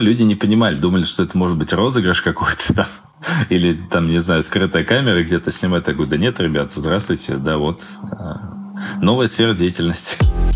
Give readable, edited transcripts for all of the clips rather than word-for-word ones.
Люди не понимали, думали, что это может быть розыгрыш какой-то там, или там, не знаю, скрытая камера где-то снимает. Я говорю, да нет, ребята, здравствуйте, да вот, новая сфера деятельности.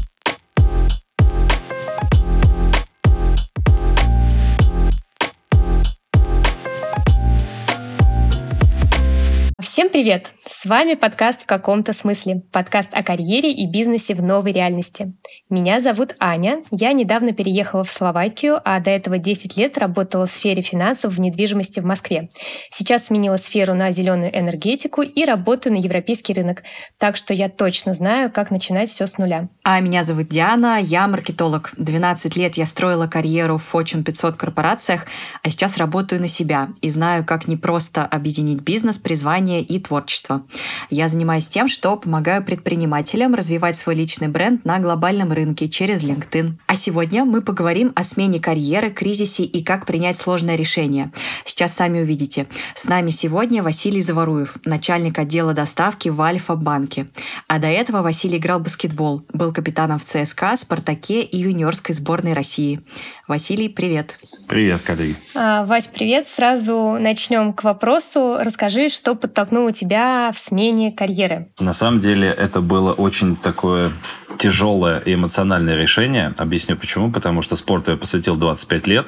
Всем привет! С вами подкаст «В каком-то смысле». Подкаст о карьере и бизнесе в новой реальности. Меня зовут Аня. Я недавно переехала в Словакию, а до этого 10 лет работала в сфере финансов в недвижимости в Москве. Сейчас сменила сферу на зеленую энергетику и работаю на европейский рынок. Так что я точно знаю, как начинать все с нуля. А меня зовут Диана, я маркетолог. 12 лет я строила карьеру в Fortune 500 корпорациях, а сейчас работаю на себя и знаю, как непросто объединить бизнес, призвание и творчество. Я занимаюсь тем, что помогаю предпринимателям развивать свой личный бренд на глобальном рынке через LinkedIn. А сегодня мы поговорим о смене карьеры, кризисе и как принять сложное решение. Сейчас сами увидите. С нами сегодня Василий Заваруев, начальник отдела доставки в Альфа-банке. А до этого Василий играл в баскетбол, был капитаном в ЦСКА, Спартаке и юниорской сборной России. Василий, привет. Привет, коллеги. Вась, привет. Сразу начнем к вопросу. Расскажи, что подтолкнуло тебя в смене карьеры. На самом деле это было очень такое тяжелое и эмоциональное решение. Объясню почему. Потому что спорту я посвятил 25 лет,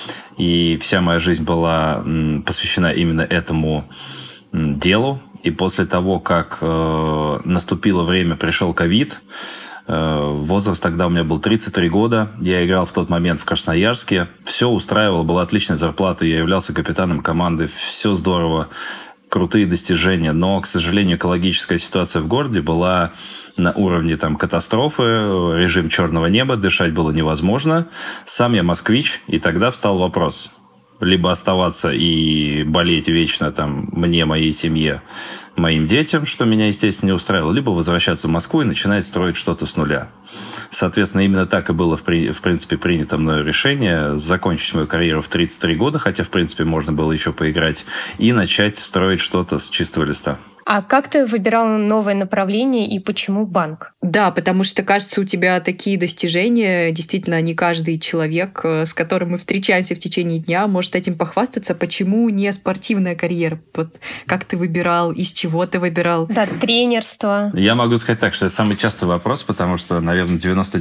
и вся моя жизнь была посвящена именно этому делу. И после того, как наступило время, пришел ковид, возраст тогда у меня был 33 года. Я играл в тот момент в Красноярске. Все устраивало, была отличная зарплата. Я являлся капитаном команды. Все здорово. Крутые достижения. Но, к сожалению, экологическая ситуация в городе была на уровне катастрофы. Режим черного неба. Дышать было невозможно. Сам я москвич. И тогда встал вопрос. Либо оставаться и болеть вечно мне, моей семье, моим детям, что меня, естественно, не устраивало, либо возвращаться в Москву и начинать строить что-то с нуля. Соответственно, именно так и было, в принципе, принято мною решение закончить мою карьеру в 33 года, хотя, в принципе, можно было еще поиграть, и начать строить что-то с чистого листа. А как ты выбирал новое направление и почему банк? Да, потому что, кажется, у тебя такие достижения. Действительно, не каждый человек, с которым мы встречаемся в течение дня, может этим похвастаться. Почему не спортивная карьера? Вот как ты выбирал, из чего ты выбирал? Да, тренерство. Я могу сказать так, что это самый частый вопрос, потому что, наверное,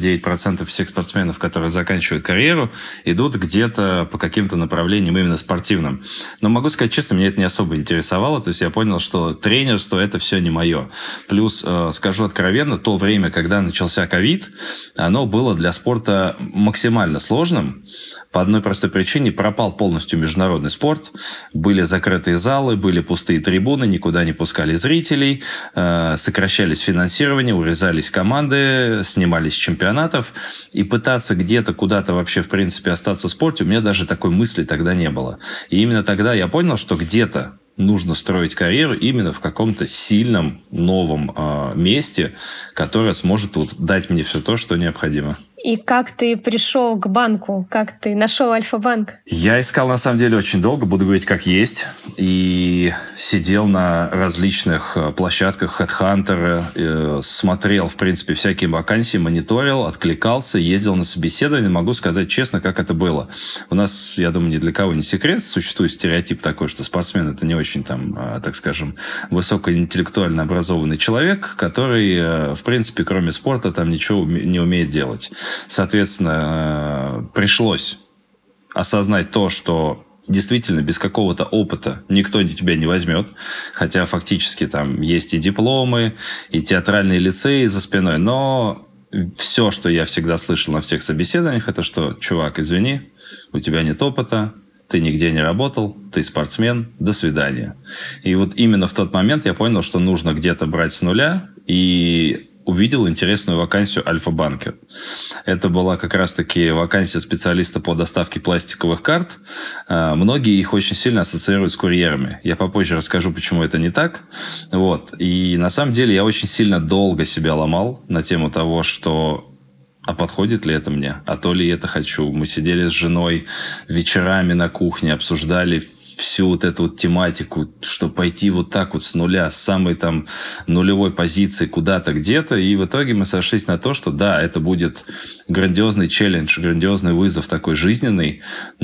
99% всех спортсменов, которые заканчивают карьеру, идут где-то по каким-то направлениям именно спортивным. Но могу сказать честно, меня это не особо интересовало. То есть я понял, что тренерство — это все не мое. Плюс, скажу откровенно, то время, когда начался ковид, оно было для спорта максимально сложным. По одной простой причине: пропал полностью международный спорт. Были закрытые залы, были пустые трибуны, никуда не пускали зрителей, сокращались финансирование, урезались команды, снимались с чемпионатов. И пытаться где-то, куда-то вообще, в принципе, остаться в спорте, у меня даже такой мысли тогда не было. И именно тогда я понял, что где-то нужно строить карьеру именно в каком-то сильном, новом месте, которое сможет дать мне все то, что необходимо. И как ты пришел к банку? Как ты нашел Альфа-банк? Я искал, на самом деле, очень долго, буду говорить как есть. И сидел на различных площадках HeadHunter, смотрел, в принципе, всякие вакансии, мониторил, откликался, ездил на собеседование. Могу сказать честно, как это было. У нас, я думаю, ни для кого не секрет, существует стереотип такой, что спортсмен — это не очень, так скажем, высокоинтеллектуально образованный человек, который, в принципе, кроме спорта, ничего не умеет делать. Соответственно, пришлось осознать то, что действительно без какого-то опыта никто тебя не возьмет. Хотя фактически есть и дипломы, и театральные лицеи за спиной. Но все, что я всегда слышал на всех собеседованиях, это что: чувак, извини, у тебя нет опыта, ты нигде не работал, ты спортсмен, до свидания. И вот именно в тот момент я понял, что нужно где-то брать с нуля, и увидел интересную вакансию Альфа-банка. Это была как раз-таки вакансия специалиста по доставке пластиковых карт. Многие их очень сильно ассоциируют с курьерами. Я попозже расскажу, почему это не так. И на самом деле я очень сильно долго себя ломал на тему того, что а подходит ли это мне? А то ли это хочу? Мы сидели с женой вечерами на кухне, обсуждали всю вот эту вот тематику, что пойти вот так вот с нуля, с самой там нулевой позиции куда-то где-то. И в итоге мы сошлись на то, что да, это будет грандиозный челлендж, грандиозный вызов такой жизненный,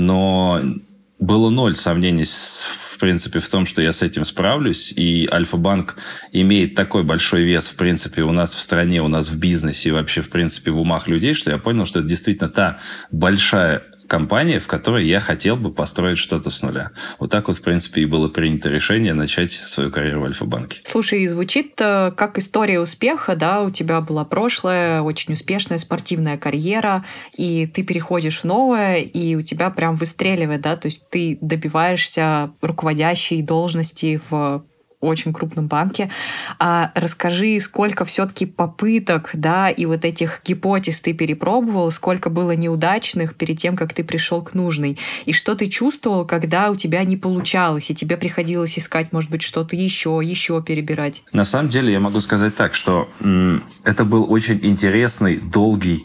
но было ноль сомнений, в принципе, в том, что я с этим справлюсь. И Альфа-банк имеет такой большой вес, в принципе, у нас в стране, у нас в бизнесе и вообще, в принципе, в умах людей, что я понял, что это действительно та большая компания, в которой я хотел бы построить что-то с нуля. Вот так вот, в принципе, и было принято решение начать свою карьеру в Альфа-банке. Слушай, звучит как история успеха, да, у тебя была прошлая, очень успешная спортивная карьера, и ты переходишь в новое, и у тебя прям выстреливает, да, то есть ты добиваешься руководящей должности в очень крупном банке. Расскажи, сколько все-таки попыток, да, и вот этих гипотез ты перепробовал, сколько было неудачных перед тем, как ты пришел к нужной, и что ты чувствовал, когда у тебя не получалось, и тебе приходилось искать, может быть, что-то еще перебирать? На самом деле я могу сказать так, что это был очень интересный, долгий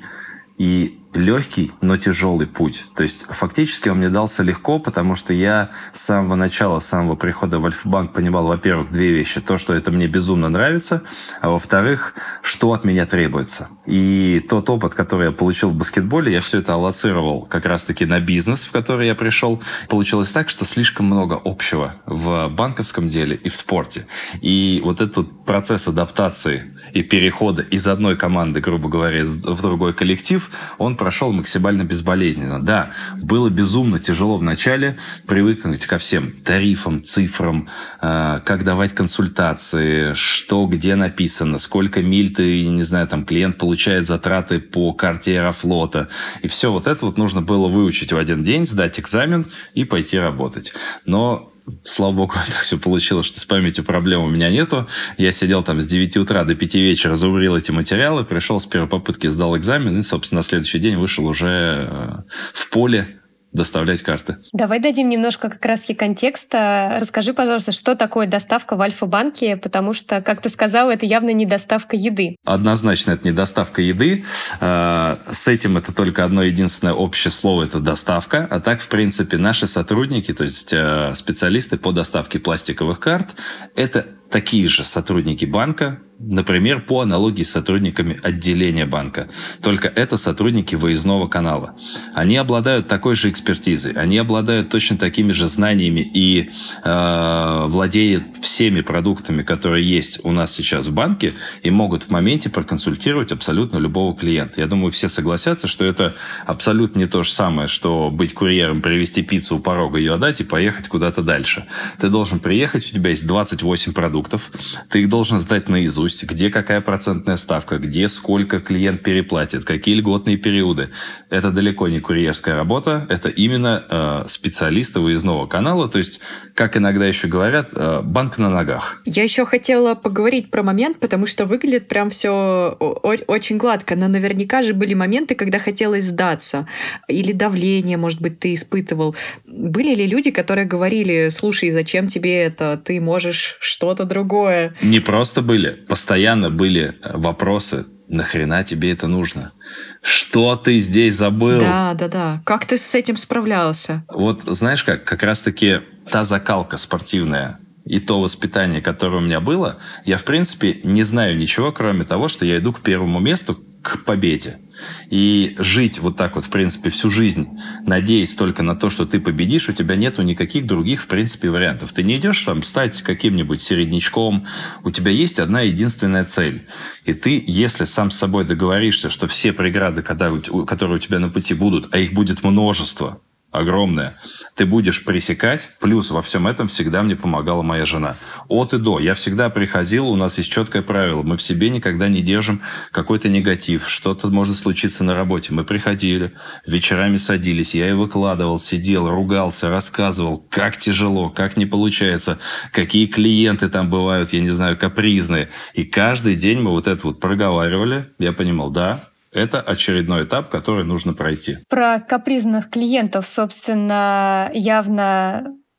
и легкий, но тяжелый путь. То есть фактически он мне дался легко, потому что я с самого начала, с самого прихода в Альфа-банк понимал, во-первых, две вещи. То, что это мне безумно нравится, а во-вторых, что от меня требуется. И тот опыт, который я получил в баскетболе, я все это аллоцировал как раз-таки на бизнес, в который я пришел. Получилось так, что слишком много общего в банковском деле и в спорте. И вот этот процесс адаптации и перехода из одной команды, грубо говоря, в другой коллектив, он прошел максимально безболезненно. Да, было безумно тяжело в начале привыкнуть ко всем тарифам, цифрам, как давать консультации, что где написано, сколько миль ты, не знаю, там клиент получает затраты по карте Аэрофлота. И все вот это вот нужно было выучить в один день, сдать экзамен и пойти работать. Но слава богу, так все получилось, что с памятью проблем у меня нету. Я сидел там с 9 утра до 5 вечера, зубрил эти материалы, пришел с первой попытки, сдал экзамен и, собственно, на следующий день вышел уже в поле доставлять карты. Давай дадим немножко как раз-таки контекста. Расскажи, пожалуйста, что такое доставка в Альфа-банке, потому что, как ты сказал, это явно не доставка еды. Однозначно, это не доставка еды. С этим это только одно единственное общее слово – это доставка. А так, в принципе, наши сотрудники, то есть специалисты по доставке пластиковых карт, это такие же сотрудники банка, например, по аналогии с сотрудниками отделения банка. Только это сотрудники выездного канала. Они обладают такой же экспертизой, они обладают точно такими же знаниями и владеют всеми продуктами, которые есть у нас сейчас в банке, и могут в моменте проконсультировать абсолютно любого клиента. Я думаю, все согласятся, что это абсолютно не то же самое, что быть курьером, привезти пиццу у порога, ее отдать и поехать куда-то дальше. Ты должен приехать, у тебя есть 28 продуктов, ты их должен сдать наизусть, где какая процентная ставка, где сколько клиент переплатит, какие льготные периоды. Это далеко не курьерская работа, это именно специалисты выездного канала, то есть, как иногда еще говорят, банк на ногах. Я еще хотела поговорить про момент, потому что выглядит прям все очень гладко, но наверняка же были моменты, когда хотелось сдаться, или давление, может быть, ты испытывал. Были ли люди, которые говорили: слушай, зачем тебе это, ты можешь что-то другое? Не просто были, постоянно были вопросы: нахрена тебе это нужно? Что ты здесь забыл? Да. Как ты с этим справлялся? Вот знаешь как раз-таки та закалка спортивная и то воспитание, которое у меня было, я, в принципе, не знаю ничего, кроме того, что я иду к первому месту, к победе. И жить вот так вот, в принципе, всю жизнь, надеясь только на то, что ты победишь, у тебя нету никаких других, в принципе, вариантов. Ты не идешь там стать каким-нибудь середнячком, у тебя есть одна единственная цель. И ты, если сам с собой договоришься, что все преграды, которые у тебя на пути будут, а их будет множество, огромное, ты будешь пресекать. Плюс во всем этом всегда мне помогала моя жена. От и до. Я всегда приходил, у нас есть четкое правило. Мы в себе никогда не держим какой-то негатив. Что-то может случиться на работе. Мы приходили, вечерами садились, я и выкладывал, сидел, ругался, рассказывал, как тяжело, как не получается, какие клиенты там бывают, я не знаю, капризные. И каждый день мы вот это вот проговаривали. Я понимал, да, это очередной этап, который нужно пройти. Про капризных клиентов, собственно, явно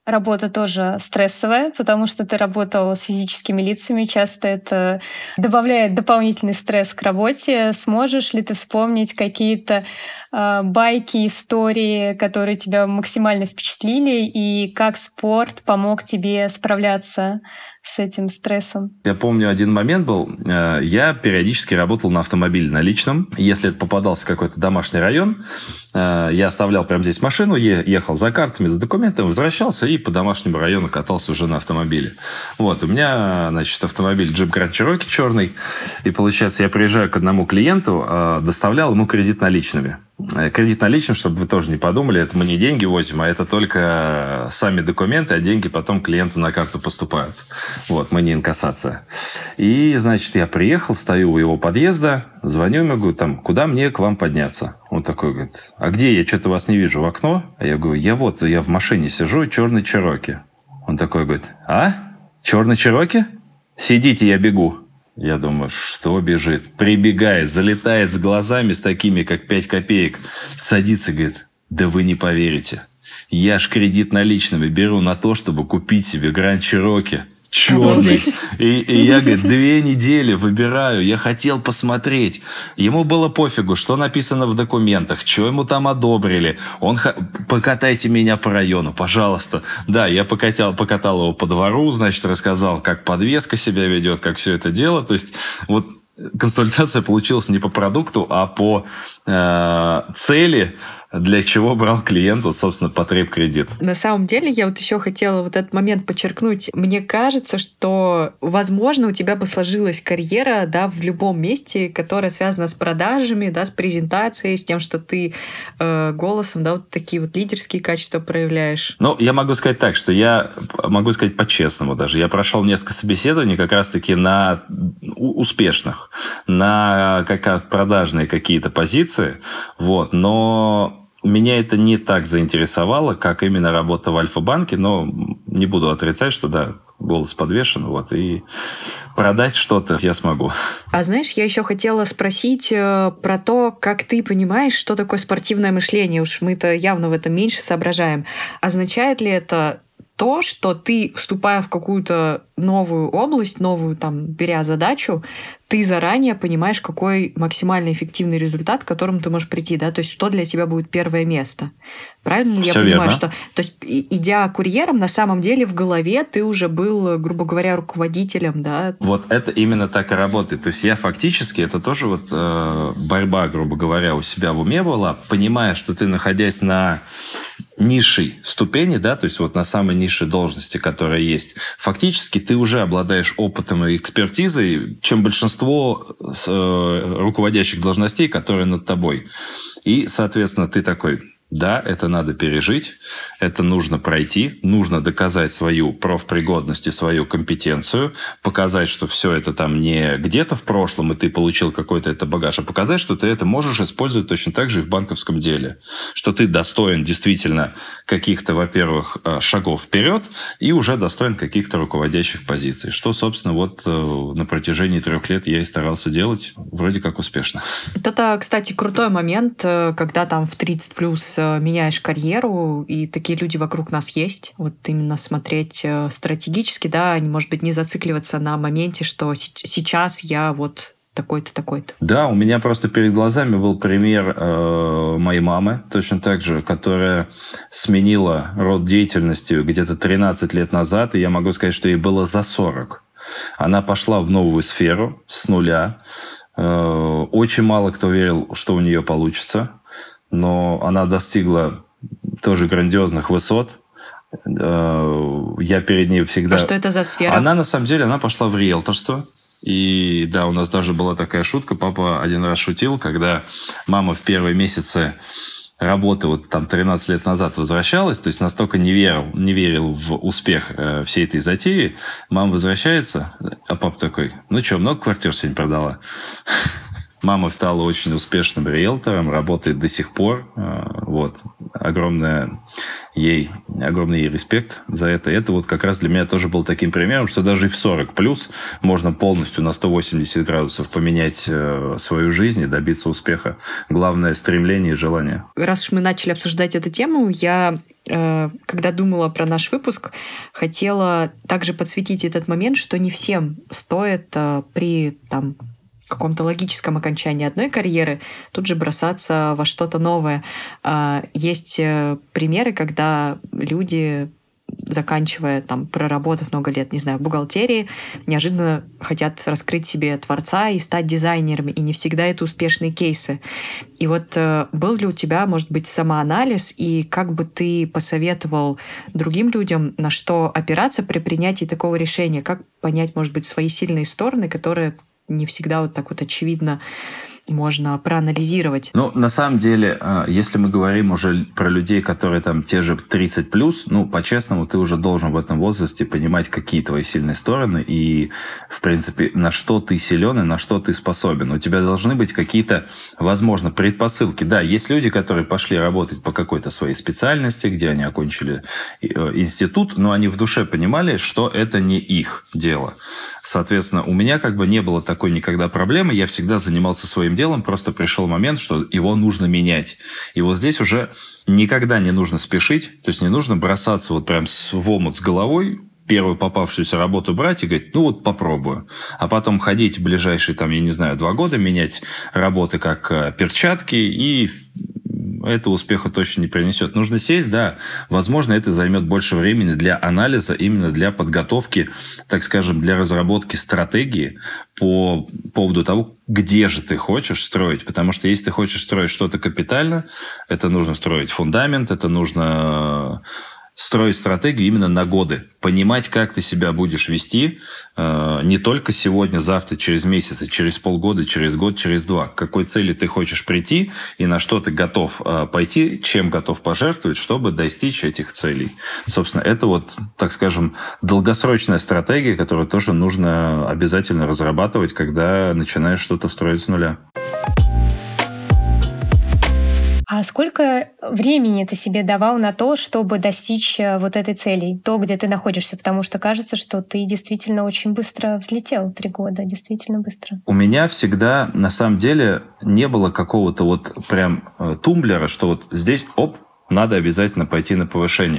работа тоже стрессовая, потому что ты работал с физическими лицами. Часто это добавляет дополнительный стресс к работе. Сможешь ли ты вспомнить какие-то байки, истории, которые тебя максимально впечатлили, и как спорт помог тебе справляться с этим стрессом? Я помню, один момент был. Я периодически работал на автомобиле на личном. Если это попадался какой-то домашний район, я оставлял прямо здесь машину, ехал за картами, за документами, возвращался и по домашнему району катался уже на автомобиле. Вот. У меня, значит, автомобиль Jeep Grand Cherokee черный. И, получается, я приезжаю к одному клиенту, доставлял ему кредит наличными. Кредит наличным, чтобы вы тоже не подумали, это мы не деньги возим, а это только сами документы, а деньги потом клиенту на карту поступают. Вот, мы не инкассация. И, значит, я приехал, стою у его подъезда, звоню ему, говорю, там, куда мне к вам подняться? Он такой говорит, а где? Я что-то вас не вижу в окно. А я говорю, я в машине сижу, черный Чероки. Он такой говорит, а? Черный Чероки? Сидите, я бегу. Я думаю, что бежит? Прибегает, залетает с глазами, с такими, как 5 копеек. Садится, говорит, да вы не поверите. Я ж кредит наличными беру на то, чтобы купить себе Grand Cherokee. Черный. И я, говорит, 2 недели выбираю. Я хотел посмотреть. Ему было пофигу, что написано в документах, что ему там одобрили. Покатайте меня по району, пожалуйста. Да, я покатал его по двору, значит, рассказал, как подвеска себя ведет, как все это дело. То есть, вот консультация получилась не по продукту, а по цели, для чего брал клиент, вот, собственно, потреб-кредит. На самом деле, я вот еще хотела вот этот момент подчеркнуть. Мне кажется, что, возможно, у тебя бы сложилась карьера, да, в любом месте, которая связана с продажами, да, с презентацией, с тем, что ты голосом, да, вот такие вот лидерские качества проявляешь. Ну, я могу сказать так, что я могу сказать по-честному даже. Я прошел несколько собеседований как раз-таки на успешных, на как раз продажные какие-то позиции, вот, но меня это не так заинтересовало, как именно работа в Альфа-банке, но не буду отрицать, что да, голос подвешен, вот, и продать что-то я смогу. А знаешь, я еще хотела спросить про то, как ты понимаешь, что такое спортивное мышление. Уж мы-то явно в этом меньше соображаем. Означает ли это то, что ты, вступая в какую-то новую область, новую, там, беря задачу, ты заранее понимаешь, какой максимально эффективный результат, к которому ты можешь прийти, да, то есть что для тебя будет первое место. Правильно ли я понимаю, верно. что, то есть, идя курьером, на самом деле в голове ты уже был, грубо говоря, руководителем, да? Вот это именно так и работает. То есть я фактически, это тоже вот борьба, грубо говоря, у себя в уме была, понимая, что ты, находясь на низшей ступени, да, то есть вот на самой низшей должности, которая есть, фактически ты уже обладаешь опытом и экспертизой, чем большинство руководящих должностей, которые над тобой. И, соответственно, ты такой... Да, это надо пережить, это нужно пройти, нужно доказать свою профпригодность и свою компетенцию, показать, что все это там не где-то в прошлом, и ты получил какой-то это багаж, а показать, что ты это можешь использовать точно так же и в банковском деле. Что ты достоин действительно каких-то, во-первых, шагов вперед и уже достоин каких-то руководящих позиций. Что, собственно, вот на протяжении 3 лет я и старался делать вроде как успешно. Это, кстати, крутой момент, когда там в 30+ меняешь карьеру, и такие люди вокруг нас есть. Вот именно смотреть стратегически, да, может быть, не зацикливаться на моменте, что сейчас я вот такой-то, такой-то. Да, у меня просто перед глазами был пример моей мамы, точно так же, которая сменила род деятельности где-то 13 лет назад, и я могу сказать, что ей было за 40. Она пошла в новую сферу с нуля. Очень мало кто верил, что у нее получится. Но она достигла тоже грандиозных высот. Я перед ней всегда... А что это за сфера? Она, на самом деле, она пошла в риэлторство. И да, у нас даже была такая шутка. Папа один раз шутил, когда мама в первые месяцы работы, вот там 13 лет назад возвращалась, то есть настолько не верил в успех всей этой затеи. Мама возвращается, а папа такой, ну что, много квартир сегодня продала? Мама стала очень успешным риэлтором, работает до сих пор. Вот. Огромный ей респект за это. Это вот как раз для меня тоже был таким примером, что даже и в 40+ можно полностью на 180 градусов поменять свою жизнь и добиться успеха. Главное – стремление и желание. Раз уж мы начали обсуждать эту тему, я когда думала про наш выпуск, хотела также подсветить этот момент, что не всем стоит при каком-то логическом окончании одной карьеры тут же бросаться во что-то новое. Есть примеры, когда люди, заканчивая, проработав много лет, не знаю, в бухгалтерии, неожиданно хотят раскрыть себе творца и стать дизайнерами, и не всегда это успешные кейсы. И вот был ли у тебя, может быть, самоанализ, и как бы ты посоветовал другим людям, на что опираться при принятии такого решения? Как понять, может быть, свои сильные стороны, которые не всегда вот так вот очевидно можно проанализировать? На самом деле, если мы говорим уже про людей, которые те же 30+, по-честному, ты уже должен в этом возрасте понимать, какие твои сильные стороны и, в принципе, на что ты силен и на что ты способен. У тебя должны быть какие-то, возможно, предпосылки. Да, есть люди, которые пошли работать по какой-то своей специальности, где они окончили институт, но они в душе понимали, что это не их дело. Соответственно, у меня не было такой никогда проблемы. Я всегда занимался своим делом. Просто пришел момент, что его нужно менять. И вот здесь уже никогда не нужно спешить. То есть не нужно бросаться прям в омут с головой, первую попавшуюся работу брать и говорить, попробую. А потом ходить ближайшие, 2 года, менять работы как перчатки, и это успеха точно не принесет. Нужно сесть, да, возможно, это займет больше времени для анализа, именно для подготовки, так скажем, для разработки стратегии по поводу того, где же ты хочешь строить. Потому что если ты хочешь строить что-то капитально, это нужно строить фундамент, это нужно строить стратегию именно на годы. Понимать, как ты себя будешь вести не только сегодня, завтра, через месяц, а через полгода, через год, через 2. К какой цели ты хочешь прийти и на что ты готов пойти, чем готов пожертвовать, чтобы достичь этих целей. Собственно, это так скажем, долгосрочная стратегия, которую тоже нужно обязательно разрабатывать, когда начинаешь что-то строить с нуля. А сколько времени ты себе давал на то, чтобы достичь вот этой цели, то, где ты находишься? Потому что кажется, что ты действительно очень быстро взлетел. 3 года, действительно быстро. У меня всегда, на самом деле, не было какого-то прям тумблера, что здесь, надо обязательно пойти на повышение.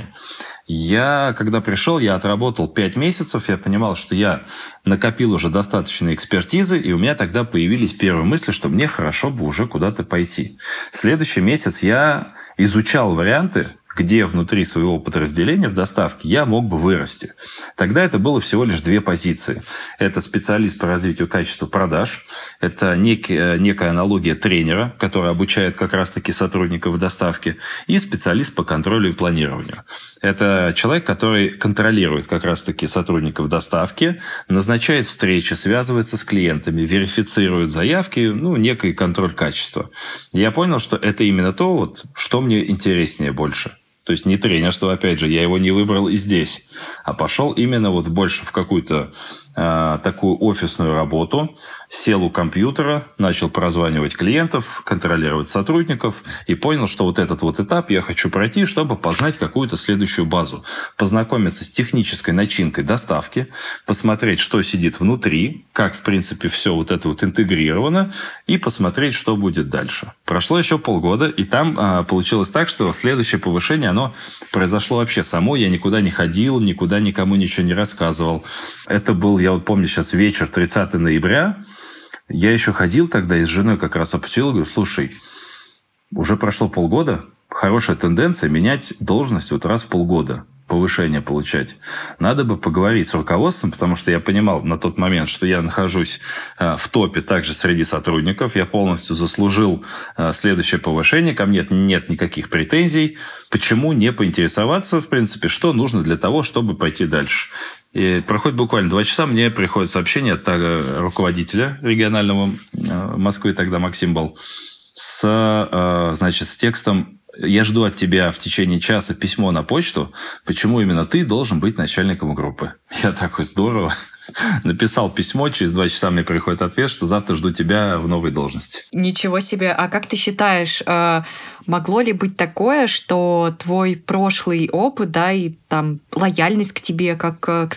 Когда пришел, я отработал 5 месяцев, я понимал, что я накопил уже достаточно экспертизы, и у меня тогда появились первые мысли, что мне хорошо бы уже куда-то пойти. Следующий месяц я изучал варианты, где внутри своего подразделения в доставке я мог бы вырасти. Тогда это было всего лишь 2 позиции. Это специалист по развитию качества продаж, это некая аналогия тренера, который обучает как раз-таки сотрудников доставки, и специалист по контролю и планированию. Это человек, который контролирует как раз-таки сотрудников доставки, назначает встречи, связывается с клиентами, верифицирует заявки, некий контроль качества. Я понял, что это именно то, что мне интереснее больше. То есть не тренерство, опять же, я его не выбрал и здесь, а пошел именно больше в какую-то такую офисную работу, сел у компьютера, начал прозванивать клиентов, контролировать сотрудников и понял, что этот этап я хочу пройти, чтобы познать какую-то следующую базу, познакомиться с технической начинкой доставки, посмотреть, что сидит внутри, как, в принципе, все это интегрировано, и посмотреть, что будет дальше. Прошло еще полгода, и там получилось так, что следующее повышение, оно произошло вообще само, я никуда не ходил, никуда никому ничего не рассказывал. Это был, я помню сейчас вечер 30 ноября, я еще ходил тогда и с женой как раз обсудил, говорю, слушай, уже прошло полгода, хорошая тенденция менять должность раз в полгода, повышение получать. Надо бы поговорить с руководством, потому что я понимал на тот момент, что я нахожусь в топе также среди сотрудников, я полностью заслужил следующее повышение, ко мне нет никаких претензий. Почему не поинтересоваться, в принципе, что нужно для того, чтобы пойти дальше? И проходит буквально 2 часа, мне приходит сообщение от руководителя регионального Москвы, тогда Максим был, с текстом: «Я жду от тебя в течение часа письмо на почту, почему именно ты должен быть начальником группы». Я такой: здорово. Написал письмо, через 2 часа мне приходит ответ, что завтра жду тебя в новой должности. Ничего себе. А как ты считаешь, могло ли быть такое, что твой прошлый опыт, да, и лояльность к тебе, как к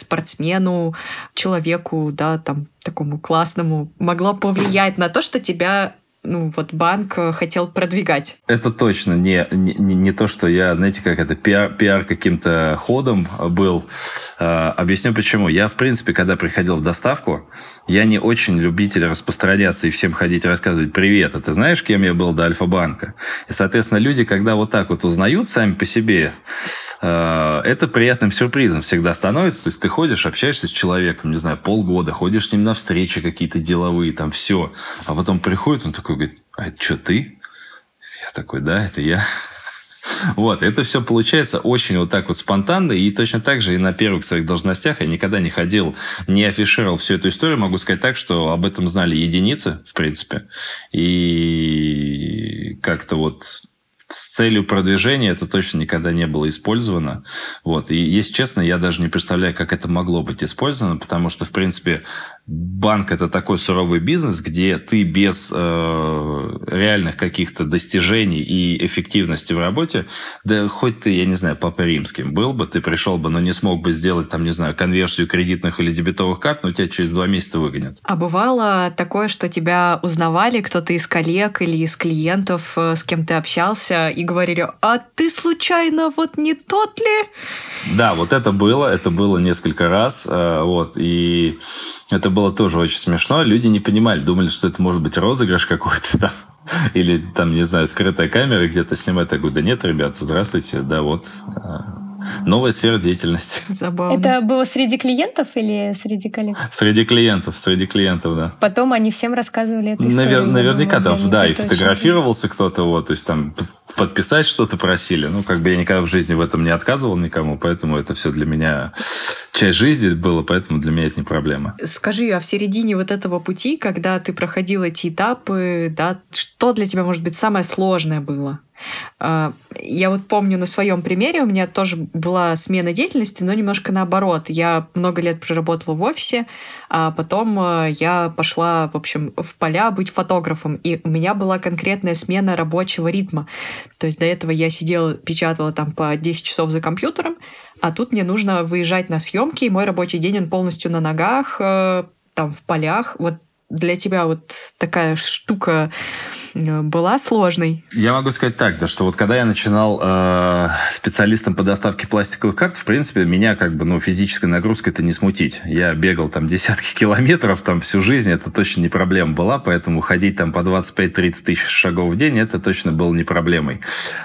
спортсмену, человеку, да, такому классному, могла повлиять на то, что тебя банк хотел продвигать. Это точно не то, что я, знаете, как это, пиар каким-то ходом был. Объясню почему. Я, в принципе, когда приходил в доставку, я не очень любитель распространяться и всем ходить рассказывать: «Привет, а ты знаешь, кем я был до Альфа-банка?» И, соответственно, люди, когда вот так вот узнают сами по себе, это приятным сюрпризом всегда становится. То есть ты ходишь, общаешься с человеком, не знаю, полгода, ходишь с ним на встречи какие-то деловые, там все. А потом приходит, он такой говорит: «А это что, ты?» Я такой: «Да, это я». Вот, это все получается очень вот так вот спонтанно, и точно так же и на первых своих должностях я никогда не ходил, не афишировал всю эту историю. Могу сказать так, что об этом знали единицы, в принципе, и как-то вот с целью продвижения это точно никогда не было использовано. Вот. И, если честно, я даже не представляю, как это могло быть использовано, потому что, в принципе, банк – это такой суровый бизнес, где ты без реальных каких-то достижений и эффективности в работе, да хоть ты, я не знаю, Папой Римским был бы, ты пришел бы, но не смог бы сделать, там, не знаю, конверсию кредитных или дебетовых карт, но тебя через 2 месяца выгонят. А бывало такое, что тебя узнавали кто-то из коллег или из клиентов, с кем ты общался, и говорили: «А ты случайно вот не тот ли?» Да, вот это было несколько раз, вот, и это было тоже очень смешно. Люди не понимали, думали, что это может быть розыгрыш какой-то там, или там, не знаю, скрытая камера где-то снимает. Я говорю: «Да нет, ребята, здравствуйте, да вот, новая сфера деятельности». Забавно. Это было среди клиентов или среди коллег? Среди клиентов, да. Потом они всем рассказывали эту историю. Наверняка там, да, и это фотографировался кто-то, вот, то есть там подписать что-то просили. Ну, как бы я никогда в жизни в этом не отказывал никому, поэтому это все для меня часть жизни было, поэтому для меня это не проблема. Скажи, а в середине вот этого пути, когда ты проходил эти этапы, да, что для тебя, может быть, самое сложное было? Я вот помню на своем примере, у меня тоже была смена деятельности, но немножко наоборот. Я много лет проработала в офисе, а потом я пошла, в общем, в поля быть фотографом. И у меня была конкретная смена рабочего ритма. То есть до этого я сидела, печатала там по 10 часов за компьютером, а тут мне нужно выезжать на съемки, и мой рабочий день, он полностью на ногах, там в полях. Вот для тебя вот такая штука была сложной? Я могу сказать так, да, что вот когда я начинал специалистом по доставке пластиковых карт, в принципе, меня как бы, физической нагрузкой это не смутить. Я бегал там десятки километров там всю жизнь, это точно не проблема была, поэтому ходить там по 25-30 тысяч шагов в день, это точно было не проблемой.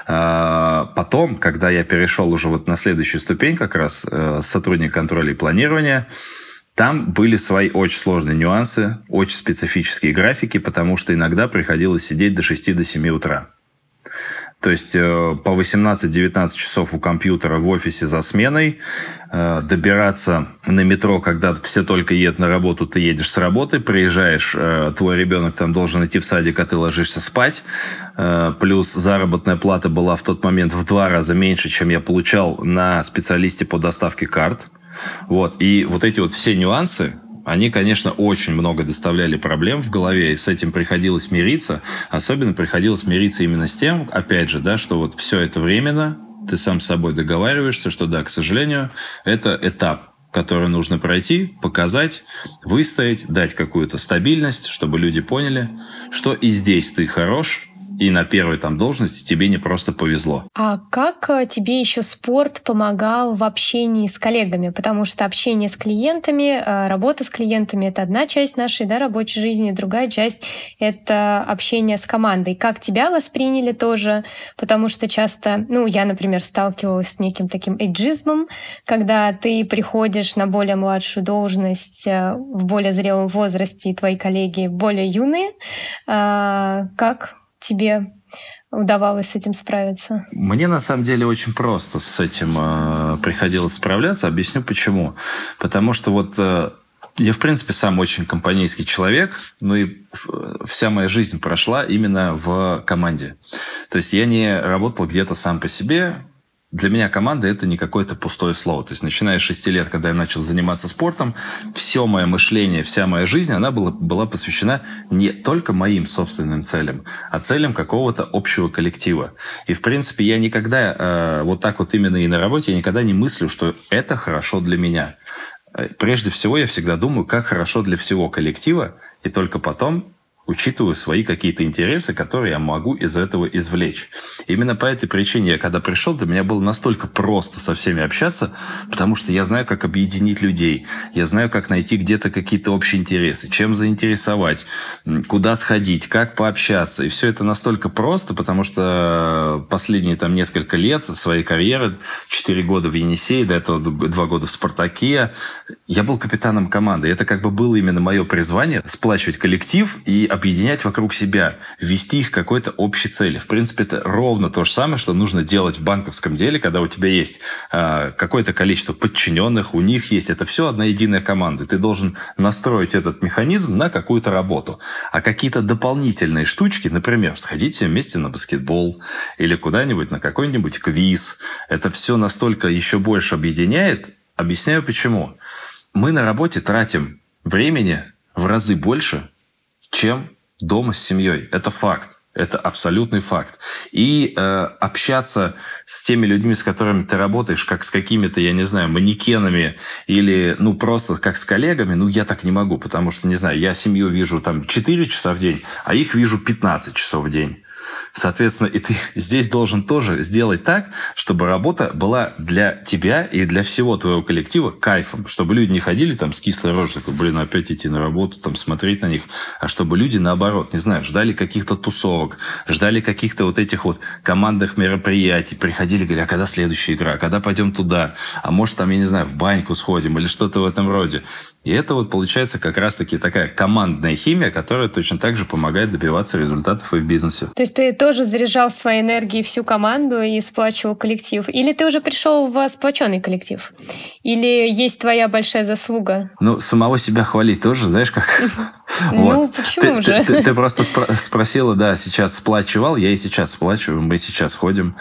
Потом, когда я перешел уже вот на следующую ступень как раз, сотрудник контроля и планирования, там были свои очень сложные нюансы, очень специфические графики, потому что иногда приходилось сидеть до 6-7 утра. То есть по 18-19 часов у компьютера в офисе за сменой, добираться на метро, когда все только едут на работу, ты едешь с работы, приезжаешь, твой ребенок там должен идти в садик, а ты ложишься спать. Плюс заработная плата была в тот момент в 2 раза меньше, чем я получал на специалисте по доставке карт. Вот. И вот эти вот все нюансы, они, конечно, очень много доставляли проблем в голове, и с этим приходилось мириться. Особенно приходилось мириться именно с тем, опять же, да, что вот все это временно, ты сам с собой договариваешься, что да, к сожалению, это этап, который нужно пройти, показать, выстоять, дать какую-то стабильность, чтобы люди поняли, что и здесь ты хорош, и на первой там должности тебе не просто повезло. А как тебе еще спорт помогал в общении с коллегами? Потому что общение с клиентами, работа с клиентами — это одна часть нашей, да, рабочей жизни, другая часть — это общение с командой. Как тебя восприняли тоже? Потому что часто, я, например, сталкивалась с неким таким эйджизмом, когда ты приходишь на более младшую должность в более зрелом возрасте, и твои коллеги более юные. Как тебе удавалось с этим справиться? Мне, на самом деле, очень просто с этим приходилось справляться. Объясню, почему. Потому что вот я, в принципе, сам очень компанейский человек, и вся моя жизнь прошла именно в команде. То есть я не работал где-то сам по себе. Для меня команда – это не какое-то пустое слово. То есть, начиная с 6 лет, когда я начал заниматься спортом, все мое мышление, вся моя жизнь, она была посвящена не только моим собственным целям, а целям какого-то общего коллектива. И, в принципе, я никогда, вот так вот именно и на работе, я никогда не мыслю, что это хорошо для меня. Прежде всего, я всегда думаю, как хорошо для всего коллектива, и только потом учитываю свои какие-то интересы, которые я могу из этого извлечь. Именно по этой причине я, когда пришел, для меня было настолько просто со всеми общаться, потому что я знаю, как объединить людей, я знаю, как найти где-то какие-то общие интересы, чем заинтересовать, куда сходить, как пообщаться. И все это настолько просто, потому что последние там несколько лет своей карьеры, 4 года в Енисее, до этого 2 года в «Спартаке», я был капитаном команды. Это как бы было именно мое призвание – сплачивать коллектив и объединять вокруг себя, ввести их к какой-то общей цели. В принципе, это ровно то же самое, что нужно делать в банковском деле, когда у тебя есть какое-то количество подчиненных, у них есть. Это все одна единая команда. Ты должен настроить этот механизм на какую-то работу. А какие-то дополнительные штучки, например, сходите вместе на баскетбол или куда-нибудь на какой-нибудь квиз, это все настолько еще больше объединяет. Объясняю почему. Мы на работе тратим времени в разы больше, чем дома с семьей. Это факт. Это абсолютный факт. И общаться с теми людьми, с которыми ты работаешь, как с какими-то, я не знаю, манекенами или просто как с коллегами, я так не могу, потому что, не знаю, я семью вижу там 4 часа в день, а их вижу 15 часов в день. Соответственно, и ты здесь должен тоже сделать так, чтобы работа была для тебя и для всего твоего коллектива кайфом. Чтобы люди не ходили там с кислой рожей, такой, опять идти на работу, там смотреть на них. А чтобы люди, наоборот, не знаю, ждали каких-то тусовок, ждали каких-то вот этих вот командных мероприятий, приходили, говорили, а когда следующая игра, а когда пойдем туда, а может там, я не знаю, в баньку сходим или что-то в этом роде. И это вот получается как раз-таки такая командная химия, которая точно так же помогает добиваться результатов и в бизнесе. То есть ты тоже заряжал своей энергией всю команду и сплачивал коллектив? Или ты уже пришел в сплоченный коллектив? Или есть твоя большая заслуга? Самого себя хвалить тоже, знаешь, как... Почему же? Ты просто спросила, да, сейчас сплачивал, я и сейчас сплачиваю, мы сейчас ходим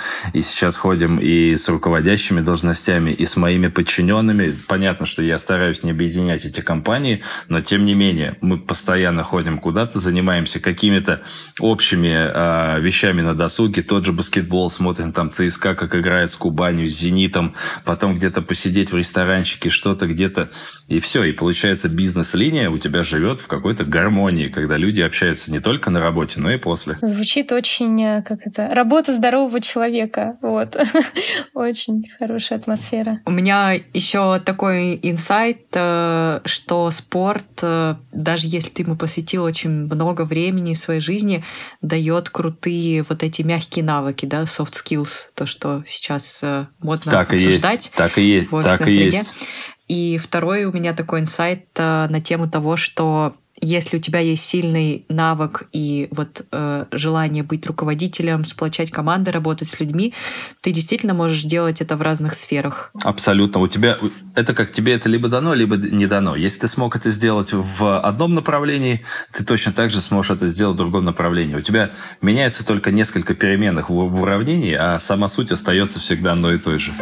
и с руководящими должностями, и с моими подчиненными. Понятно, что я стараюсь не объединять эти компании, но тем не менее мы постоянно ходим куда-то, занимаемся какими-то общими вещами на досуге, тот же баскетбол, смотрим там ЦСКА, как играет с Кубанью, с Зенитом, потом где-то посидеть в ресторанчике, что-то где-то, и все, и получается бизнес-линия у тебя живет в какой-то гармонии, когда люди общаются не только на работе, но и после. Звучит очень, работа здорового человека, очень хорошая атмосфера. У меня еще такой инсайт, что спорт, даже если ты ему посвятил очень много времени в своей жизни, дает крутые вот эти мягкие навыки, да, soft skills, то, что сейчас модно так обсуждать. Так и есть, так и есть. И второй у меня такой инсайт на тему того, что если у тебя есть сильный навык и желание быть руководителем, сплочать команды, работать с людьми, ты действительно можешь делать это в разных сферах. Абсолютно. У тебя это как тебе это либо дано, либо не дано. Если ты смог это сделать в одном направлении, ты точно так же сможешь это сделать в другом направлении. У тебя меняются только несколько переменных в уравнении, а сама суть остается всегда одной и той же.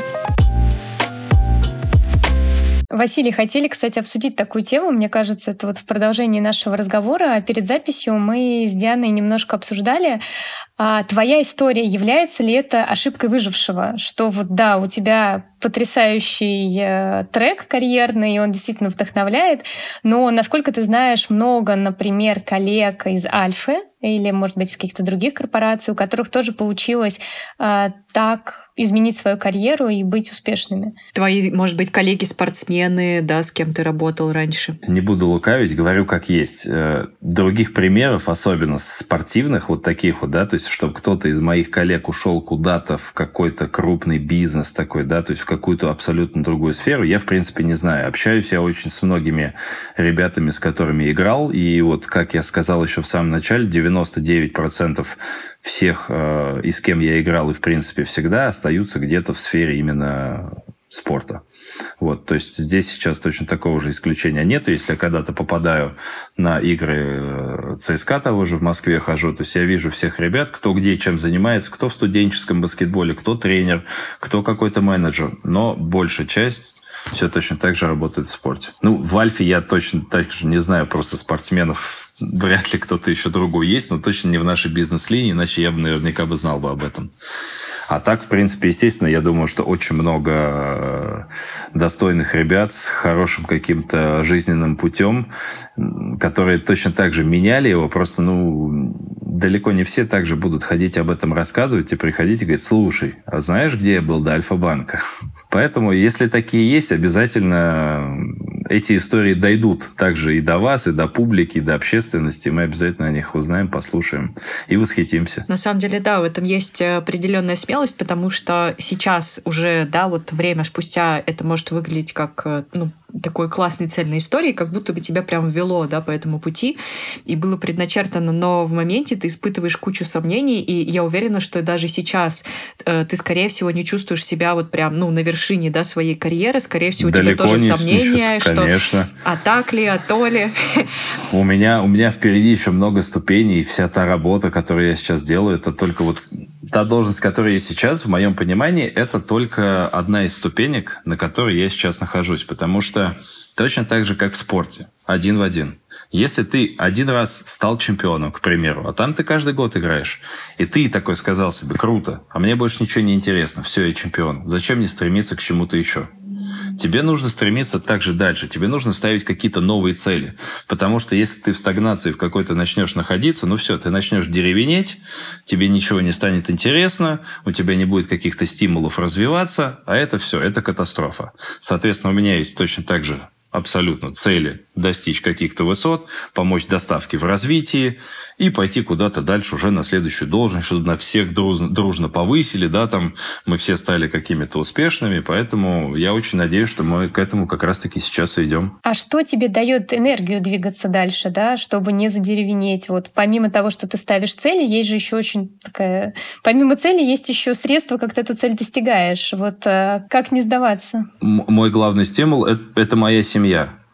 Василий, хотели, кстати, обсудить такую тему. Мне кажется, это в продолжении нашего разговора. Перед записью мы с Дианой немножко обсуждали, твоя история, является ли это ошибкой выжившего? Что у тебя потрясающий трек карьерный, и он действительно вдохновляет, но, насколько ты знаешь, много, например, коллег из Альфы или, может быть, из каких-то других корпораций, у которых тоже получилось так изменить свою карьеру и быть успешными. Твои, может быть, коллеги-спортсмены, да, с кем ты работал раньше? Не буду лукавить, говорю как есть. Других примеров, особенно спортивных, таких да, то есть, чтобы кто-то из моих коллег ушел куда-то в какой-то крупный бизнес такой, да, то есть в какую-то абсолютно другую сферу, я, в принципе, не знаю. Общаюсь я очень с многими ребятами, с которыми играл, и как я сказал еще в самом начале, 99% всех, и с кем я играл, и, в принципе, всегда остаются где-то в сфере именно спорта. То есть здесь сейчас точно такого же исключения нет. Если я когда-то попадаю на игры ЦСКА того же в Москве хожу, то есть я вижу всех ребят, кто где чем занимается, кто в студенческом баскетболе, кто тренер, кто какой-то менеджер. Но большая часть все точно так же работает в спорте. В Альфе я точно так же не знаю просто спортсменов. Вряд ли кто-то еще другой есть, но точно не в нашей бизнес-линии, иначе я бы наверняка знал бы об этом. А так, в принципе, естественно, я думаю, что очень много достойных ребят с хорошим каким-то жизненным путем, которые точно так же меняли его, просто, далеко не все также будут ходить об этом рассказывать и приходить и говорить: слушай, а знаешь, где я был до Альфа-банка? Поэтому, если такие есть, обязательно эти истории дойдут также и до вас, и до публики, и до общественности. Мы обязательно о них узнаем, послушаем и восхитимся. На самом деле, да, в этом есть определенная смелость, потому что сейчас уже, время спустя это может выглядеть как, такой классной цельной истории, как будто бы тебя прям ввело, по этому пути, и было предначертано, но в моменте ты испытываешь кучу сомнений, и я уверена, что даже сейчас ты, скорее всего, не чувствуешь себя на вершине, своей карьеры, скорее всего, у тебя тоже сомнения, что конечно. А так ли, а то ли. У меня впереди еще много ступеней, и вся та работа, которую я сейчас делаю, это только та должность, которая есть сейчас, в моем понимании, это только одна из ступенек, на которой я сейчас нахожусь, потому что точно так же, как в спорте, один в один. Если ты один раз стал чемпионом, к примеру, а там ты каждый год играешь, и ты такой сказал себе: круто, а мне больше ничего не интересно, все, я чемпион, зачем мне стремиться к чему-то еще? Тебе нужно стремиться также дальше, тебе нужно ставить какие-то новые цели, потому что если ты в стагнации в какой-то начнешь находиться, все, ты начнешь деревенеть, тебе ничего не станет интересно, у тебя не будет каких-то стимулов развиваться, а это все, это катастрофа. Соответственно, у меня есть точно так же абсолютно цели достичь каких-то высот, помочь доставке в развитии и пойти куда-то дальше уже на следующую должность, чтобы на всех дружно повысили, мы все стали какими-то успешными, поэтому я очень надеюсь, что мы к этому как раз-таки сейчас и идем. А что тебе дает энергию двигаться дальше, чтобы не задеревенеть? Помимо того, что ты ставишь цели, есть же еще очень такая... Помимо цели есть еще средства, как ты эту цель достигаешь. Как не сдаваться? Мой главный стимул — это моя семья.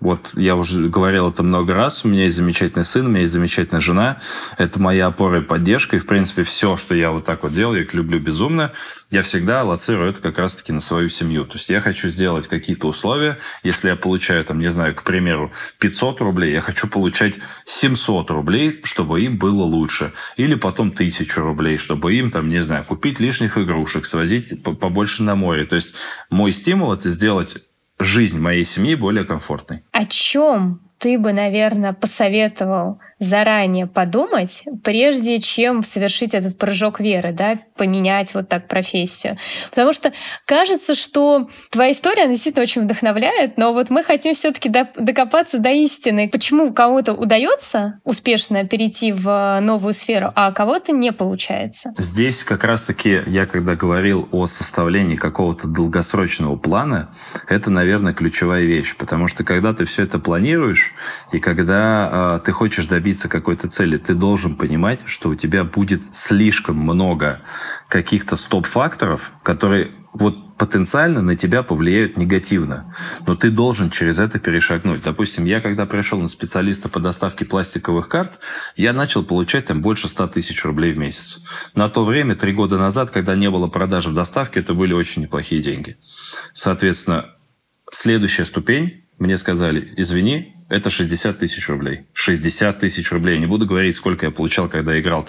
Я уже говорил это много раз. У меня есть замечательный сын, у меня есть замечательная жена. Это моя опора и поддержка. И, в принципе, все, что я так делаю, я их люблю безумно, я всегда аллоцирую это как раз-таки на свою семью. То есть я хочу сделать какие-то условия. Если я получаю, к примеру, 500 рублей, я хочу получать 700 рублей, чтобы им было лучше. Или потом 1000 рублей, чтобы им, купить лишних игрушек, свозить побольше на море. То есть мой стимул – это сделать жизнь моей семьи более комфортной. О чем ты бы, наверное, посоветовал заранее подумать, прежде чем совершить этот прыжок веры, поменять профессию? Потому что кажется, что твоя история действительно очень вдохновляет, но мы хотим все-таки докопаться до истины. Почему у кого-то удается успешно перейти в новую сферу, а у кого-то не получается? Здесь как раз-таки я, когда говорил о составлении какого-то долгосрочного плана, это, наверное, ключевая вещь, потому что когда ты все это планируешь, и когда ты хочешь добиться какой-то цели, ты должен понимать, что у тебя будет слишком много каких-то стоп-факторов, которые потенциально на тебя повлияют негативно. Но ты должен через это перешагнуть. Допустим, я когда пришел на специалиста по доставке пластиковых карт, я начал получать больше 100 тысяч рублей в месяц. На то время, 3 года назад, когда не было продаж в доставке, это были очень неплохие деньги. Соответственно, следующая ступень, мне сказали: извини, это 60 тысяч рублей. 60 тысяч рублей. Я не буду говорить, сколько я получал, когда играл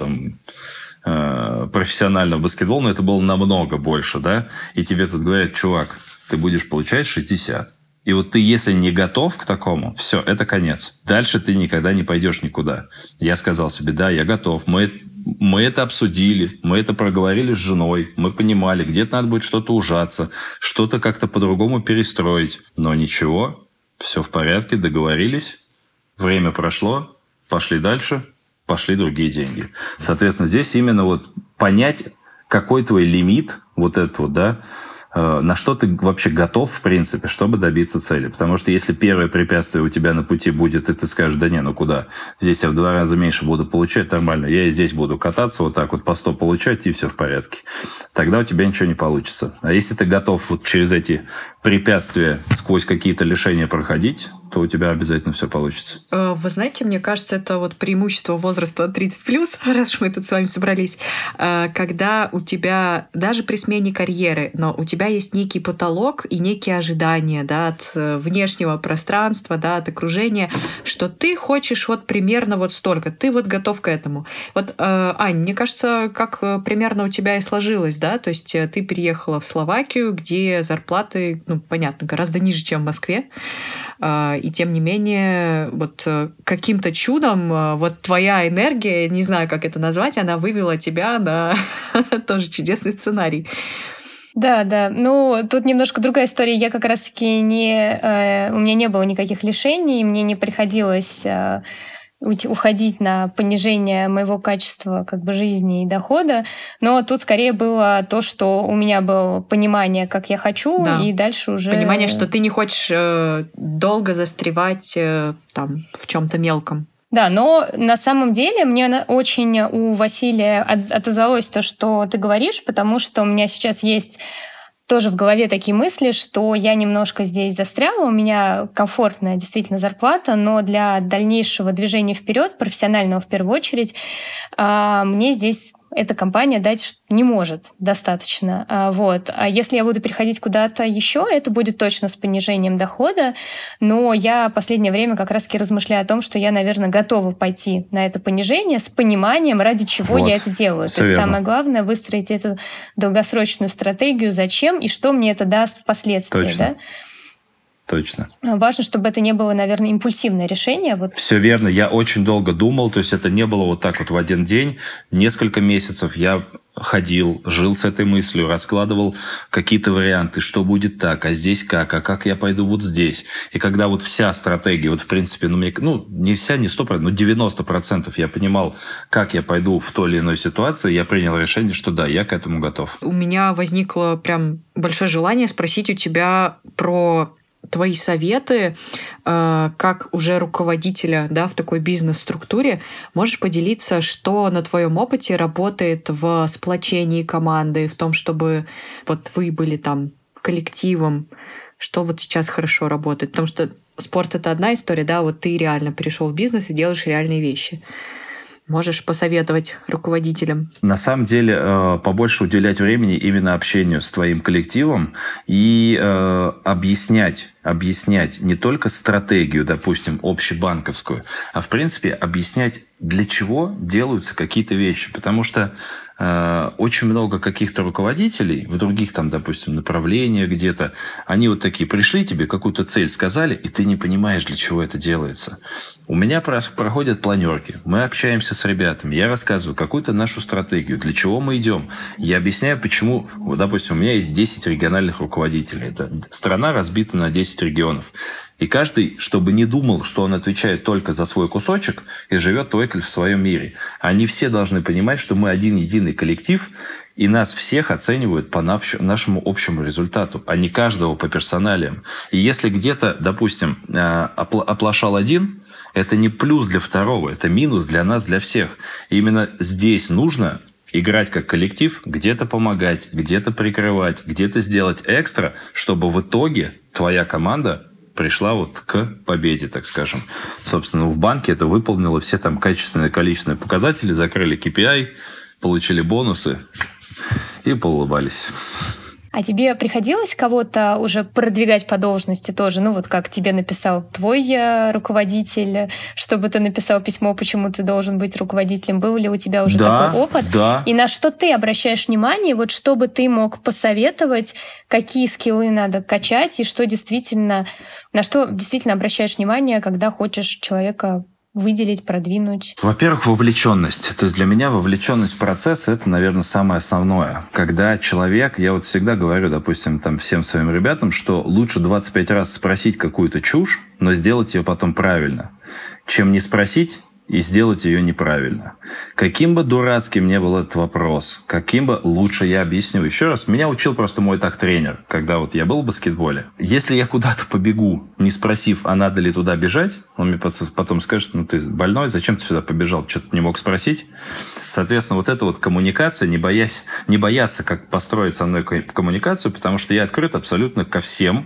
профессионально в баскетбол, но это было намного больше, И тебе тут говорят: чувак, ты будешь получать 60. И ты, если не готов к такому, все, это конец. Дальше ты никогда не пойдешь никуда. Я сказал себе: да, я готов. Мы это обсудили, мы это проговорили с женой, мы понимали, где-то надо будет что-то ужаться, что-то как-то по-другому перестроить. Но ничего, все в порядке, договорились, время прошло, пошли дальше, пошли другие деньги. Соответственно, здесь именно понять, какой твой лимит, на что ты вообще готов, в принципе, чтобы добиться цели. Потому что если первое препятствие у тебя на пути будет, и ты скажешь: да не, куда? Здесь я в 2 раза меньше буду получать, нормально. Я и здесь буду кататься по 100 получать, и все в порядке. Тогда у тебя ничего не получится. А если ты готов через эти препятствия сквозь какие-то лишения проходить, то у тебя обязательно все получится. Вы знаете, мне кажется, это вот преимущество возраста 30+, раз уж мы тут с вами собрались, когда у тебя, даже при смене карьеры, но у тебя есть некий потолок и некие ожидания, да, от внешнего пространства, да, от окружения, что ты хочешь вот примерно вот столько, ты вот готов к этому. Вот, Ань, мне кажется, как примерно у тебя и сложилось, да, то есть ты переехала в Словакию, где зарплаты, ну, понятно, гораздо ниже, чем в Москве, и тем не менее, вот каким-то чудом вот твоя энергия, не знаю, как это назвать, она вывела тебя на тоже чудесный сценарий. Да, да. Ну, тут немножко другая история. Я как раз-таки у меня не было никаких лишений, мне не приходилось уходить на понижение моего качества как бы жизни и дохода, но тут скорее было то, что у меня было понимание, как я хочу, да. И дальше уже... Понимание, что ты не хочешь долго застревать там в чем-то мелком. Да, но на самом деле мне очень у Василия отозвалось то, что ты говоришь, потому что у меня сейчас есть тоже в голове такие мысли, что я немножко здесь застряла, у меня комфортная действительно зарплата, но для дальнейшего движения вперед, профессионального в первую очередь, мне здесь эта компания дать не может достаточно. Вот. А если я буду переходить куда-то еще, это будет точно с понижением дохода, но я в последнее время как раз-таки размышляю о том, что я, наверное, готова пойти на это понижение с пониманием, ради чего я это делаю. То есть самое главное — выстроить эту долгосрочную стратегию, зачем и что мне это даст впоследствии. Точно. Да? Точно. Важно, чтобы это не было, наверное, импульсивное решение. Вот. Все верно. Я очень долго думал, то есть это не было вот так вот в один день. Несколько месяцев я ходил, жил с этой мыслью, раскладывал какие-то варианты, что будет так, а здесь как, а как я пойду вот здесь. И когда вот вся стратегия, вот в принципе, не вся, не 100%, но 90% я понимал, как я пойду в той или иной ситуации, я принял решение, что да, я к этому готов. У меня возникло прям большое желание спросить у тебя про твои советы, как уже руководителя, да, в такой бизнес-структуре. Можешь поделиться, что на твоем опыте работает в сплочении команды, в том, чтобы вот вы были там коллективом, что вот сейчас хорошо работает? Потому что спорт — это одна история, да, вот ты реально перешел в бизнес и делаешь реальные вещи. Можешь посоветовать руководителям? На самом деле, побольше уделять времени именно общению с твоим коллективом и объяснять не только стратегию, допустим, общебанковскую, а в принципе объяснять, для чего делаются какие-то вещи. Потому что очень много каких-то руководителей в других, там, допустим, направлениях где-то, они вот такие пришли, тебе какую-то цель сказали, и ты не понимаешь, для чего это делается. У меня проходят планерки, мы общаемся с ребятами, я рассказываю какую-то нашу стратегию, для чего мы идем. Я объясняю, почему, вот, допустим, у меня есть 10 региональных руководителей. Это страна разбита на 10 регионов. И каждый, чтобы не думал, что он отвечает только за свой кусочек и живет только в своем мире. Они все должны понимать, что мы один единый коллектив, и нас всех оценивают по нашему общему результату, а не каждого по персоналиям. И если где-то, допустим, оплошал один, это не плюс для второго, это минус для нас, для всех. И именно здесь нужно играть как коллектив, где-то помогать, где-то прикрывать, где-то сделать экстра, чтобы в итоге твоя команда пришла вот к победе, так скажем. Собственно, в банке это выполнило все там качественные, количественные показатели, закрыли KPI, получили бонусы и поулыбались. А тебе приходилось кого-то уже продвигать по должности тоже? Ну вот как тебе написал твой руководитель, чтобы ты написал письмо, почему ты должен быть руководителем? Был ли у тебя уже такой опыт? Да. И на что ты обращаешь внимание, вот чтобы ты мог посоветовать, какие скиллы надо качать и что действительно, на что действительно обращаешь внимание, когда хочешь человека выделить, продвинуть? Во-первых, вовлеченность. То есть для меня вовлеченность в процесс — это, наверное, самое основное. Когда человек, я вот всегда говорю, допустим, там всем своим ребятам, что лучше 25 раз спросить какую-то чушь, но сделать ее потом правильно, чем не спросить и сделать ее неправильно. Каким бы дурацким ни был этот вопрос, каким бы лучше я объясню. Еще раз, меня учил просто мой тренер, когда вот я был в баскетболе. Если я куда-то побегу, не спросив, а надо ли туда бежать, он мне потом скажет, ну ты больной, зачем ты сюда побежал, что-то не мог спросить. Соответственно, вот эта вот коммуникация, не бояться, как построить со мной коммуникацию, потому что я открыт абсолютно ко всем,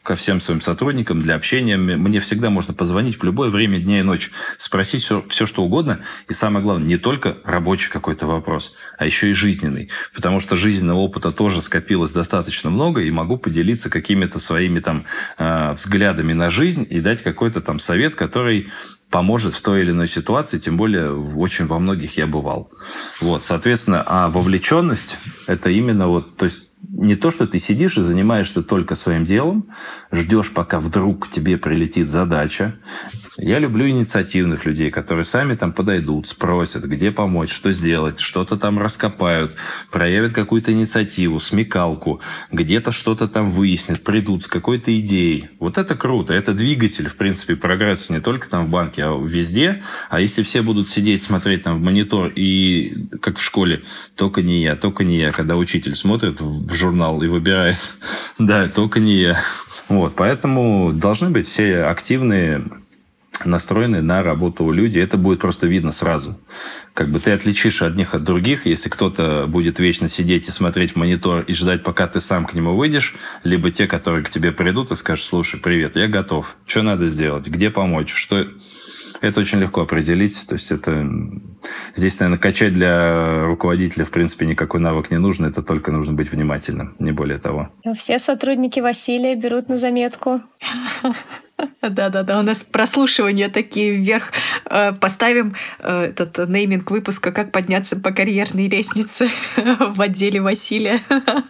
ко всем своим сотрудникам для общения. Мне всегда можно позвонить в любое время дня и ночи, спросить все, что угодно. И самое главное, не только рабочий какой-то вопрос, а еще и жизненный. Потому что жизненного опыта тоже скопилось достаточно много, и могу поделиться какими-то своими там взглядами на жизнь и дать какой-то там совет, который поможет в той или иной ситуации, тем более очень во многих я бывал. Вот, соответственно, а вовлеченность – это именно вот, то есть не то, что ты сидишь и занимаешься только своим делом, ждешь, пока вдруг к тебе прилетит задача. Я люблю инициативных людей, которые сами там подойдут, спросят, где помочь, что сделать, что-то там раскопают, проявят какую-то инициативу, смекалку, где-то что-то там выяснят, придут с какой-то идеей. Вот это круто, это двигатель, в принципе, прогресса не только там в банке, а везде. А если все будут сидеть, смотреть там в монитор и, как в школе, только не я, когда учитель смотрит в журнал и выбирает, да, только не я. Вот, поэтому должны быть все активные, настроены на работу люди. Это будет просто видно сразу. Как бы ты отличишь одних от других, если кто-то будет вечно сидеть и смотреть в монитор и ждать, пока ты сам к нему выйдешь, либо те, которые к тебе придут и скажут: слушай, привет, я готов. Что надо сделать? Где помочь? Что... Это очень легко определить. То есть это... Здесь, наверное, качать для руководителя, в принципе, никакой навык не нужен. Это только нужно быть внимательным, не более того. Все сотрудники Василия берут на заметку. Да, у нас прослушивания такие вверх. Поставим этот нейминг выпуска «Как подняться по карьерной лестнице» в отделе Василия.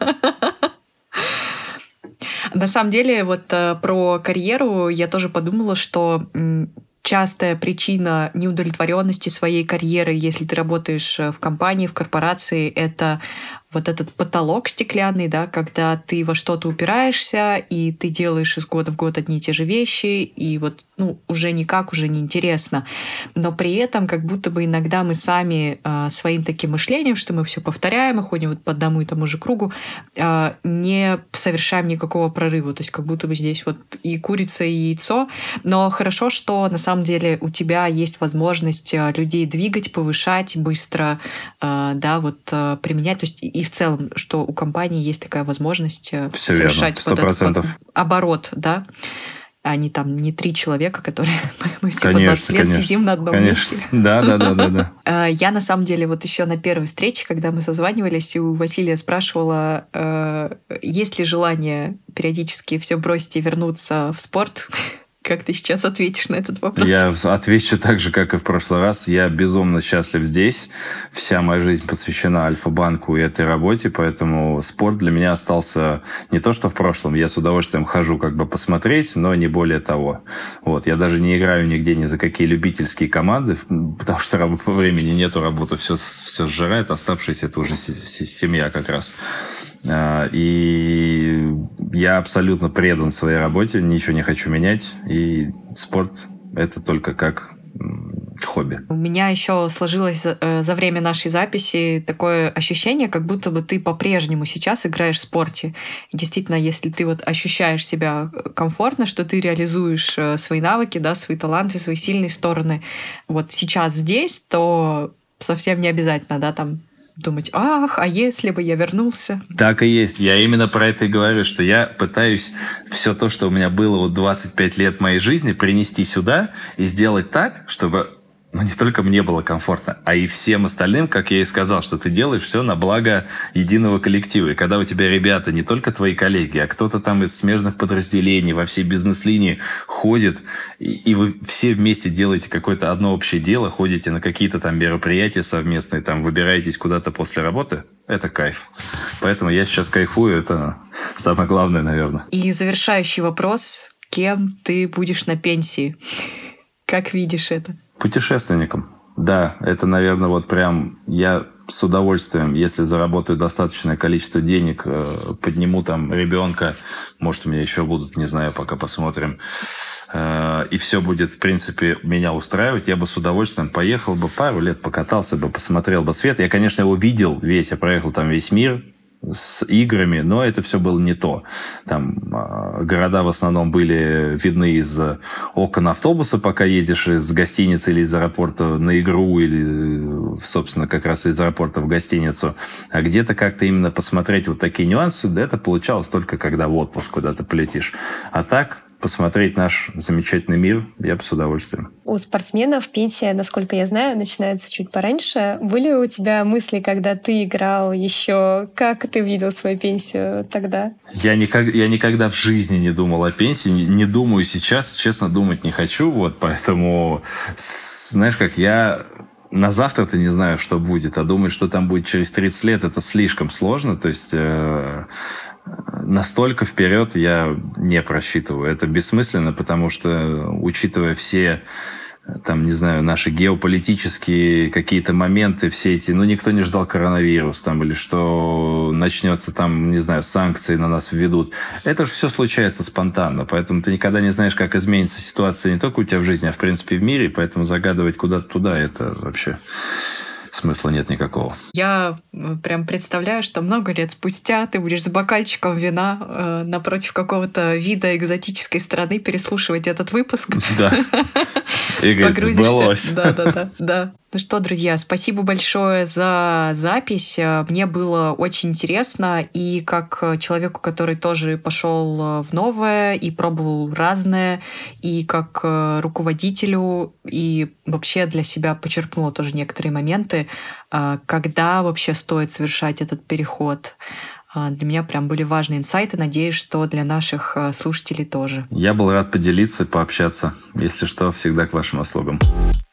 На самом деле, вот про карьеру я тоже подумала, что частая причина неудовлетворенности своей карьеры, если ты работаешь в компании, в корпорации, это вот этот потолок стеклянный, да, когда ты во что-то упираешься, и ты делаешь из года в год одни и те же вещи, и вот, уже никак, уже неинтересно. Но при этом как будто бы иногда мы сами своим таким мышлением, что мы все повторяем и ходим вот по одному и тому же кругу, не совершаем никакого прорыва. То есть как будто бы здесь вот и курица, и яйцо. Но хорошо, что на самом деле у тебя есть возможность людей двигать, повышать быстро, да, вот применять. То есть и в целом, что у компании есть такая возможность совершать 100%. Вот этот вот оборот, да, а не там не 3 человека, которые мы все по 20 лет сидим на одном месте. Да. Я на самом деле вот еще на первой встрече, когда мы созванивались, у Василия спрашивала, есть ли желание периодически все бросить и вернуться в спорт. Как ты сейчас ответишь на этот вопрос? Я отвечу так же, как и в прошлый раз. Я безумно счастлив здесь. Вся моя жизнь посвящена Альфа-банку и этой работе, поэтому спорт для меня остался не то, что в прошлом. Я с удовольствием хожу как бы посмотреть, но не более того. Вот. Я даже не играю нигде ни за какие любительские команды, потому что времени нету, работа все сжирает. Оставшееся это уже семья как раз. И я абсолютно предан своей работе, ничего не хочу менять. И спорт – это только как хобби. У меня еще сложилось за время нашей записи такое ощущение, как будто бы ты по-прежнему сейчас играешь в спорте. И действительно, если ты вот ощущаешь себя комфортно, что ты реализуешь свои навыки, да, свои таланты, свои сильные стороны вот сейчас здесь, то совсем не обязательно, да, там думать: а если бы я вернулся? Так и есть. Я именно про это и говорю, что я пытаюсь все то, что у меня было вот 25 лет моей жизни, принести сюда и сделать так, чтобы не только мне было комфортно, а и всем остальным, как я и сказал, что ты делаешь все на благо единого коллектива. И когда у тебя ребята, не только твои коллеги, а кто-то там из смежных подразделений во всей бизнес-линии ходит, и вы все вместе делаете какое-то одно общее дело, ходите на какие-то там мероприятия совместные, там выбираетесь куда-то после работы, это кайф. Поэтому я сейчас кайфую, это самое главное, наверное. И завершающий вопрос: кем ты будешь на пенсии? Как видишь это? Путешественником. Да, это, наверное, вот прям я с удовольствием, если заработаю достаточное количество денег, подниму там ребенка, может, у меня еще будут, не знаю, пока посмотрим, и все будет, в принципе, меня устраивать, я бы с удовольствием поехал бы, пару лет покатался бы, посмотрел бы свет. Я, конечно, его видел весь, я проехал там весь мир с играми, но это все было не то. Там города в основном были видны из окон автобуса, пока едешь из гостиницы или из аэропорта на игру или собственно, как раз из аэропорта в гостиницу. А где-то как-то именно посмотреть вот такие нюансы, да, это получалось только когда в отпуск куда-то полетишь. А так посмотреть наш замечательный мир я бы с удовольствием. У спортсменов пенсия, насколько я знаю, начинается чуть пораньше. Были у тебя мысли, когда ты играл еще? Как ты видел свою пенсию тогда? Я никогда в жизни не думал о пенсии, не думаю сейчас, честно, думать не хочу. Вот, поэтому, знаешь, как я... На завтра-то не знаю, что будет, а думать, что там будет через 30 лет, это слишком сложно. То есть настолько вперед я не просчитываю. Это бессмысленно, потому что, учитывая все, там, не знаю, наши геополитические какие-то моменты, все эти... Ну, никто не ждал коронавирус, там, или что начнется, там, не знаю, санкции на нас введут. Это же все случается спонтанно, поэтому ты никогда не знаешь, как изменится ситуация не только у тебя в жизни, а, в принципе, в мире, поэтому загадывать куда-то туда, это вообще... Смысла нет никакого. Я прям представляю, что много лет спустя ты будешь с бокальчиком вина напротив какого-то вида экзотической страны переслушивать этот выпуск. Да. И говорит, сбылось. Да. Ну что, друзья, спасибо большое за запись. Мне было очень интересно. И как человеку, который тоже пошел в новое и пробовал разное, и как руководителю, и вообще для себя почерпнула тоже некоторые моменты, когда вообще стоит совершать этот переход. Для меня прям были важные инсайты. Надеюсь, что для наших слушателей тоже. Я был рад поделиться, пообщаться. Если что, всегда к вашим услугам.